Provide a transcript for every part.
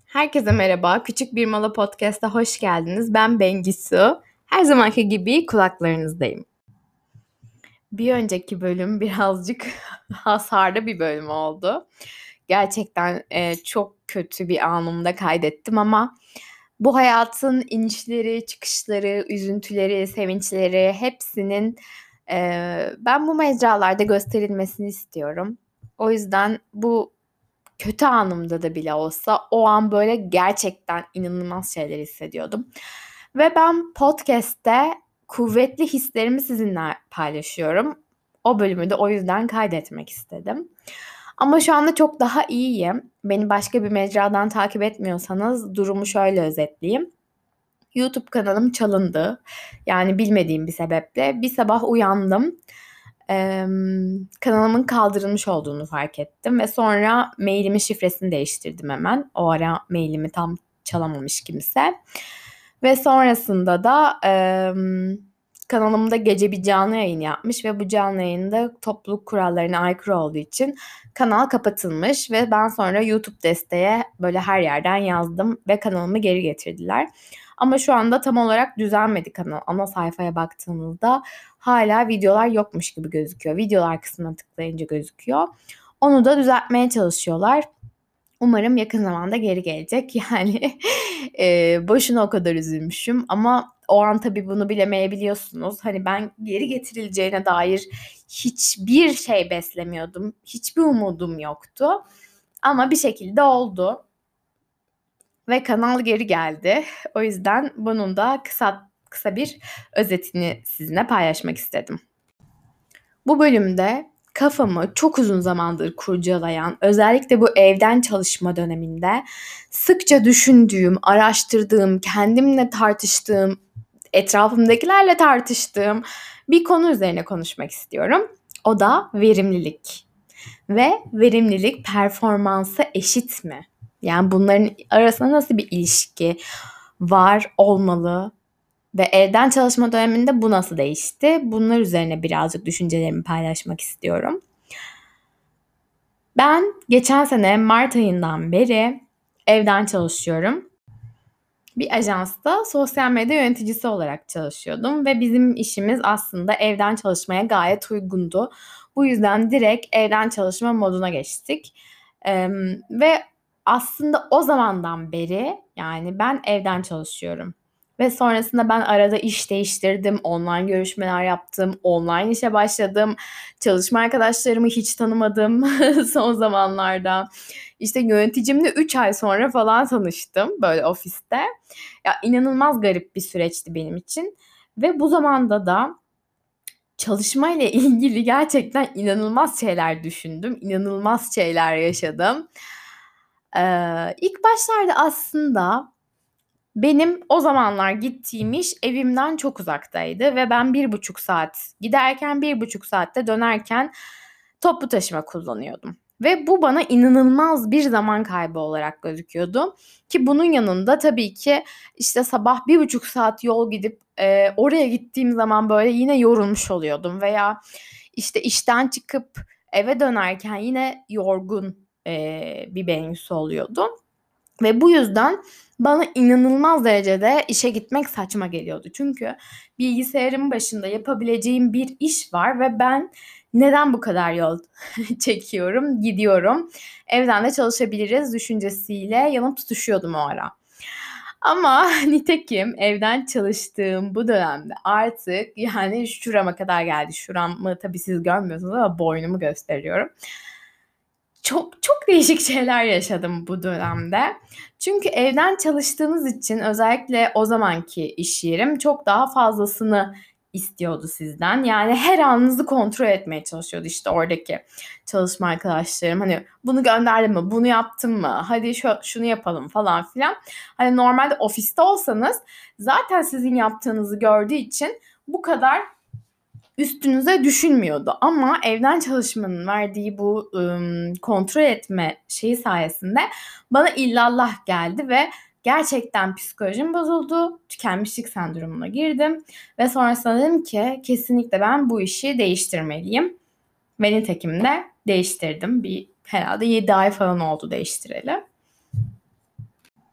Herkese merhaba. Küçük Bir Mola Podcast'a hoş geldiniz. Ben Bengisu. Her zamanki gibi kulaklarınızdayım. Bir önceki bölüm birazcık hasarlı bir bölüm oldu. Gerçekten çok kötü bir anımda kaydettim ama bu hayatın inişleri, çıkışları, üzüntüleri, sevinçleri hepsinin ben bu mecralarda gösterilmesini istiyorum. O yüzden bu kötü anımda da bile olsa o an böyle gerçekten inanılmaz şeyler hissediyordum. Ve ben podcast'te kuvvetli hislerimi sizinle paylaşıyorum. O bölümü de o yüzden kaydetmek istedim. Ama şu anda çok daha iyiyim. Beni başka bir mecradan takip etmiyorsanız durumu şöyle özetleyeyim. YouTube kanalım çalındı. Yani bilmediğim bir sebeple. Bir sabah uyandım. Kanalımın kaldırılmış olduğunu fark ettim ve sonra mailimin şifresini değiştirdim hemen. O ara mailimi tam çalamamış kimse. Ve sonrasında da kanalımda gece bir canlı yayın yapmış ve bu canlı yayında topluluk kurallarına aykırı olduğu için kanal kapatılmış ve ben sonra YouTube desteğe böyle her yerden yazdım ve kanalımı geri getirdiler. Ama şu anda tam olarak düzelmedi kanal. Ana sayfaya baktığınızda hala videolar yokmuş gibi gözüküyor. Videolar kısmına tıklayınca gözüküyor. Onu da düzeltmeye çalışıyorlar. Umarım yakın zamanda geri gelecek. Yani boşuna o kadar üzülmüşüm ama o an tabii bunu bilemeyebiliyorsunuz. Hani ben geri getirileceğine dair hiçbir şey beslemiyordum. Hiçbir umudum yoktu. Ama bir şekilde oldu. Ve kanal geri geldi. O yüzden bunun da kısa bir özetini sizinle paylaşmak istedim. Bu bölümde kafamı çok uzun zamandır kurcalayan, özellikle bu evden çalışma döneminde sıkça düşündüğüm, araştırdığım, kendimle tartıştığım, etrafımdakilerle tartıştığım bir konu üzerine konuşmak istiyorum. O da verimlilik. Ve verimlilik performansa eşit mi? Yani bunların arasında nasıl bir ilişki var, olmalı ve evden çalışma döneminde bu nasıl değişti? Bunlar üzerine birazcık düşüncelerimi paylaşmak istiyorum. Ben geçen sene Mart ayından beri evden çalışıyorum. Bir ajansta sosyal medya yöneticisi olarak çalışıyordum ve bizim işimiz aslında evden çalışmaya gayet uygundu. Bu yüzden direkt evden çalışma moduna geçtik. Ve aslında o zamandan beri yani ben evden çalışıyorum. Ve sonrasında ben arada iş değiştirdim, online görüşmeler yaptım, online işe başladım. Çalışma arkadaşlarımı hiç tanımadım son zamanlarda. İşte yöneticimle 3 ay sonra falan tanıştım böyle ofiste. Ya inanılmaz garip bir süreçti benim için. Ve bu zamanda da çalışmayla ilgili gerçekten inanılmaz şeyler düşündüm. İnanılmaz şeyler yaşadım. İlk başlarda aslında benim o zamanlar gittiğim iş evimden çok uzaktaydı ve ben 1,5 saat giderken 1,5 saatte dönerken toplu taşıma kullanıyordum. Ve bu bana inanılmaz bir zaman kaybı olarak gözüküyordu. Ki bunun yanında tabii ki işte sabah 1,5 saat yol gidip oraya gittiğim zaman böyle yine yorulmuş oluyordum. Veya işte işten çıkıp eve dönerken yine yorgun bir Bengüsü oluyordum. Ve bu yüzden bana inanılmaz derecede işe gitmek saçma geliyordu. Çünkü bilgisayarın başında yapabileceğim bir iş var ve ben neden bu kadar yol çekiyorum, gidiyorum. Evden de çalışabiliriz düşüncesiyle yanıp tutuşuyordum o ara. Ama nitekim evden çalıştığım bu dönemde artık yani şurama kadar geldi. Şuramı tabii siz görmüyorsunuz ama boynumu gösteriyorum. Çok çok değişik şeyler yaşadım bu dönemde. Çünkü evden çalıştığınız için özellikle o zamanki iş yerim çok daha fazlasını istiyordu sizden. Yani her anınızı kontrol etmeye çalışıyordu işte oradaki çalışma arkadaşlarım. Hani bunu gönderdim mi, bunu yaptım mı, hadi şunu yapalım falan filan. Hani normalde ofiste olsanız zaten sizin yaptığınızı gördüğü için bu kadar üstünüze düşünmüyordu. Ama evden çalışmanın verdiği bu kontrol etme şeyi sayesinde bana illallah geldi ve gerçekten psikolojim bozuldu. Tükenmişlik sendromuna girdim ve sonrasında dedim ki kesinlikle ben bu işi değiştirmeliyim. Ve nitekim de değiştirdim. Herhalde 7 ay falan oldu değiştireli.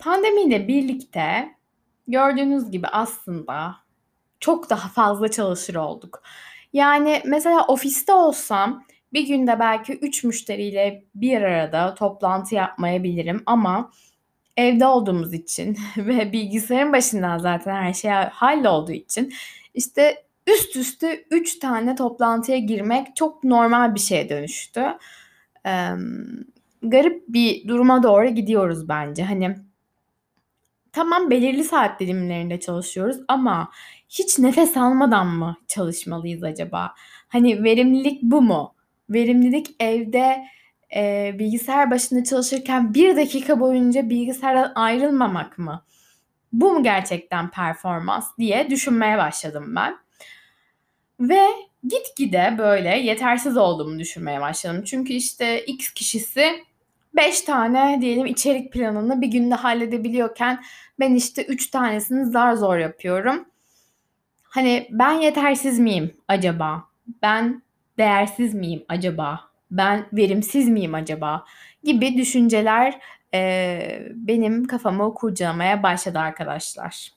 Pandemiyle birlikte gördüğünüz gibi aslında çok daha fazla çalışır olduk. Yani mesela ofiste olsam bir günde belki 3 müşteriyle bir arada toplantı yapmayabilirim ama evde olduğumuz için ve bilgisayarın başından zaten her şey hallolduğu için işte üst üste 3 tane toplantıya girmek çok normal bir şeye dönüştü. Emm, Garip bir duruma doğru gidiyoruz bence. Hani tamam, belirli saat dilimlerinde çalışıyoruz ama hiç nefes almadan mı çalışmalıyız acaba? Hani verimlilik bu mu? Verimlilik evde, bilgisayar başında çalışırken 1 dakika boyunca bilgisayardan ayrılmamak mı? Bu mu gerçekten performans diye düşünmeye başladım ben. Ve gitgide böyle yetersiz olduğumu düşünmeye başladım. Çünkü işte X kişisi 5 tane diyelim içerik planını bir günde halledebiliyorken ben işte 3 tanesini zar zor yapıyorum. Hani ben yetersiz miyim acaba? Ben değersiz miyim acaba? Ben verimsiz miyim acaba? Gibi düşünceler benim kafamı kurcalamaya başladı arkadaşlar.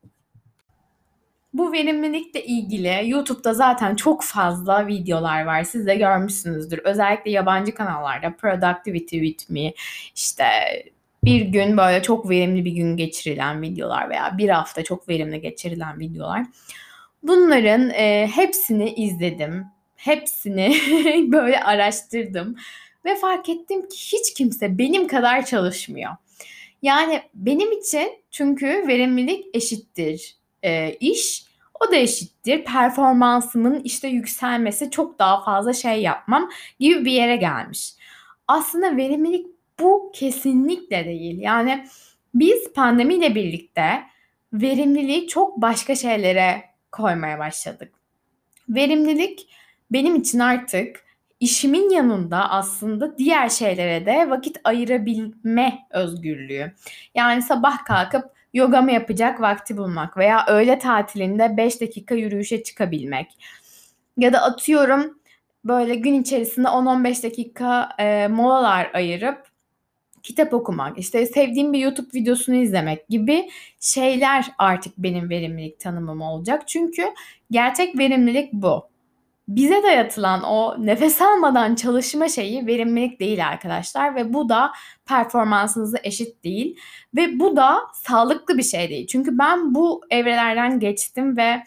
Bu verimlilikle ilgili YouTube'da zaten çok fazla videolar var. Siz de görmüşsünüzdür. Özellikle yabancı kanallarda Productivity with Me, işte bir gün böyle çok verimli bir gün geçirilen videolar veya bir hafta çok verimli geçirilen videolar. Bunların hepsini izledim. Hepsini böyle araştırdım ve fark ettim ki hiç kimse benim kadar çalışmıyor. Yani benim için çünkü verimlilik eşittir iş, o da eşittir performansımın işte yükselmesi, çok daha fazla şey yapmam gibi bir yere gelmiş. Aslında verimlilik bu kesinlikle değil. Yani biz pandemiyle birlikte verimliliği çok başka şeylere koymaya başladık. Verimlilik benim için artık işimin yanında aslında diğer şeylere de vakit ayırabilme özgürlüğü. Yani sabah kalkıp yogamı yapacak vakti bulmak veya öğle tatilinde 5 dakika yürüyüşe çıkabilmek. Ya da atıyorum böyle gün içerisinde 10-15 dakika molalar ayırıp kitap okumak, işte sevdiğim bir YouTube videosunu izlemek gibi şeyler artık benim verimlilik tanımım olacak. Çünkü gerçek verimlilik bu. Bize dayatılan o nefes almadan çalışma şeyi verimlilik değil arkadaşlar ve bu da performansınızı eşit değil ve bu da sağlıklı bir şey değil. Çünkü ben bu evrelerden geçtim ve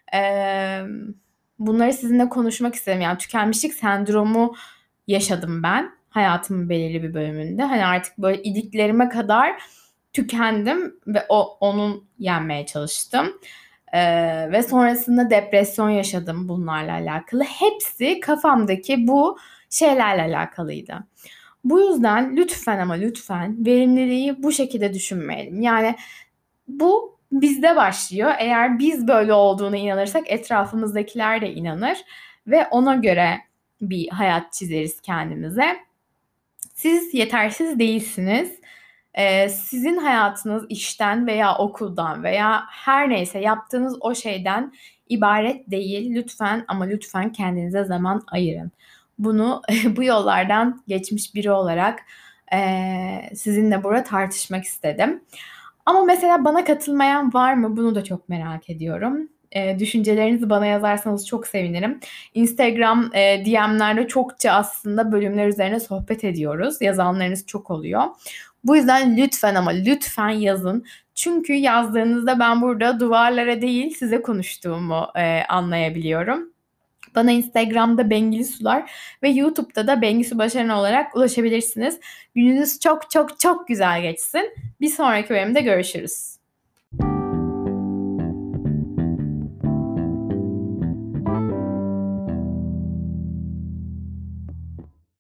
bunları sizinle konuşmak istedim. Yani tükenmişlik sendromu yaşadım ben hayatımın belirli bir bölümünde. Hani artık böyle iliklerime kadar tükendim ve onun yenmeye çalıştım. Ve sonrasında depresyon yaşadım bunlarla alakalı. Hepsi kafamdaki bu şeylerle alakalıydı. Bu yüzden lütfen ama lütfen verimliliği bu şekilde düşünmeyelim. Yani bu bizde başlıyor. Eğer biz böyle olduğuna inanırsak etrafımızdakiler de inanır ve ona göre bir hayat çizeriz kendimize. Siz yetersiz değilsiniz. Sizin hayatınız işten veya okuldan veya her neyse yaptığınız o şeyden ibaret değil. Lütfen ama lütfen kendinize zaman ayırın. Bunu bu yollardan geçmiş biri olarak sizinle burada tartışmak istedim. Ama mesela bana katılmayan var mı? Bunu da çok merak ediyorum. Düşüncelerinizi bana yazarsanız çok sevinirim. Instagram DM'lerde çokça aslında bölümler üzerine sohbet ediyoruz. Yazanlarınız çok oluyor. Bu yüzden lütfen ama lütfen yazın. Çünkü yazdığınızda ben burada duvarlara değil size konuştuğumu anlayabiliyorum. Bana Instagram'da Bengili Sular ve YouTube'da da Bengisu Başaran olarak ulaşabilirsiniz. Gününüz çok çok çok güzel geçsin. Bir sonraki bölümde görüşürüz.